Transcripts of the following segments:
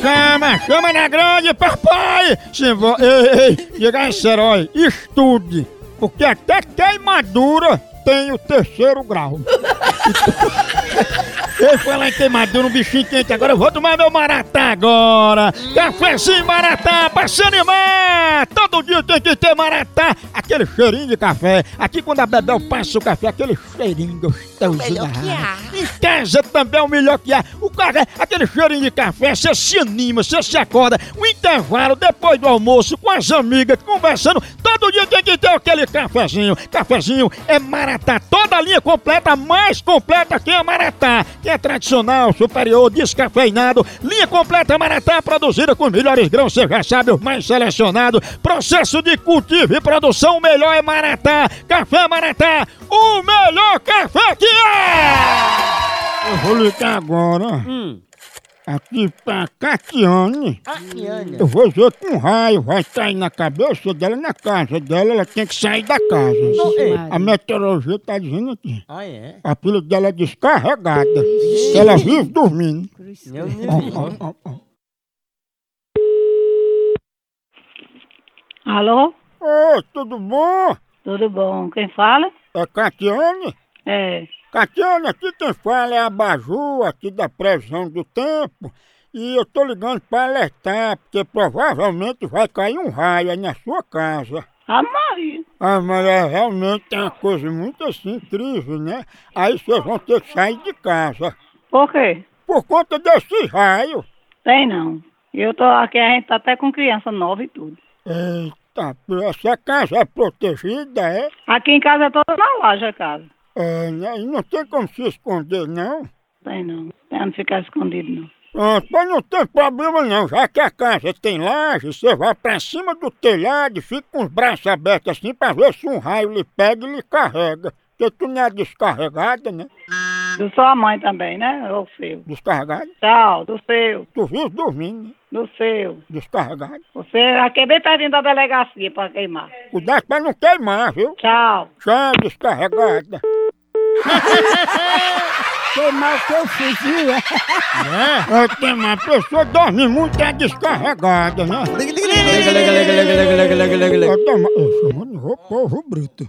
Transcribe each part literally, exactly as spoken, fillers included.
chama, chama na grande, papai! Se vo... Ei, ei, diga esse herói, estude, porque até queimadura tem o terceiro grau. Eu fui lá em queimadura, um bichinho quente, agora eu vou tomar meu maratá agora! Cafézinho maratá, pra se animar! Todo dia tem que ter maratá! Aquele cheirinho de café, aqui quando a Bebel passa o café, aquele cheirinho gostoso da raiva. Em casa também é o melhor que há. O cara, aquele cheirinho de café, você se anima, você se acorda. O intervalo, depois do almoço, com as amigas, conversando, todo dia tem que ter aquele cafezinho. Cafezinho é maratá, toda a linha completa, mais completa que é maratá. Que é tradicional, superior, descafeinado, linha completa maratá, produzida com os melhores grãos, você já sabe, os mais selecionados. Processo de cultivo e produção, o melhor é maratá. Café maratá, o melhor café que é! Eu vou ligar agora. Hum. Aqui pra Catiane. Catiane. Eu vou dizer que um raio vai cair na cabeça dela, na casa dela, ela tem que sair da casa. A meteorologia tá dizendo aqui. Ah, é? A pilha dela é descarregada. Ela vive dormindo. Meu Ó, ó, ó, ó. Alô? Oi, tudo bom? Tudo bom? Quem fala? É Catiane? É. Catiane, aqui quem fala é a Baju, aqui da previsão do tempo. E eu tô ligando para alertar, porque provavelmente vai cair um raio aí na sua casa. A Maria. Ah, mas é realmente é uma coisa muito assim, incrível, né? Aí vocês vão ter que sair de casa. Por quê? Por conta desse raio. Tem não. Eu tô aqui, a gente tá até com criança nova e tudo. Eita, essa casa é protegida, é? Aqui em casa é toda na laje a casa. É, né? E não tem como se esconder, não? Tem não. Tem onde ficar escondido não. Pronto, mas não tem problema não, já que a casa tem laje, você vai pra cima do telhado e fica com os braços abertos assim pra ver se um raio lhe pega e lhe carrega. Porque tu não é descarregada, né? Do sua mãe também, né? Ou seu? Descarregada? Tchau, do seu. Tu vive dormindo, né? Do seu. Descarregada. Você aqui é bem pertinho da delegacia pra queimar. Cuidado pra não queimar, viu? Tchau. Tchau, descarregada. Queimar o que eu fiz, viu? É, é queimar. A pessoa dorme muito, é descarregada, né? Liga, liga, liga, liga, liga, liga, liga, liga, liga, liga. Eu tomo- eu chamando o povo bruto.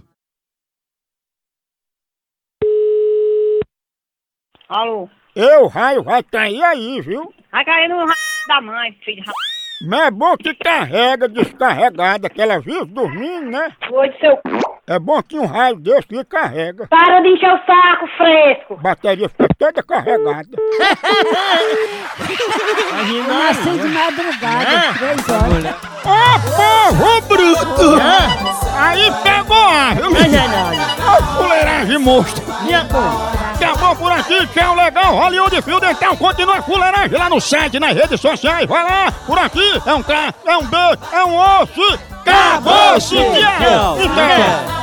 Alô? Eu, raio, vai cair aí, viu? Vai cair no r... da mãe, filho de r... Mas é bom que carrega descarregada, que ela vive dormindo, né? Foi do seu c... É bom que um raio desse lhe carrega. Para de encher o saco, fresco! A bateria fica toda carregada. Eu nasci de madrugada, três horas. Ô, povo bruto! Aí pegou a, viu? Ô, fuleiragem monstro! Acabou por aqui, tchau, legal, Hollywood Fio Dental, continua a fuleiragem lá no site, nas redes sociais, vai lá, por aqui, é um K, é um B, é um osso, acabou-se, tchau! Tchau!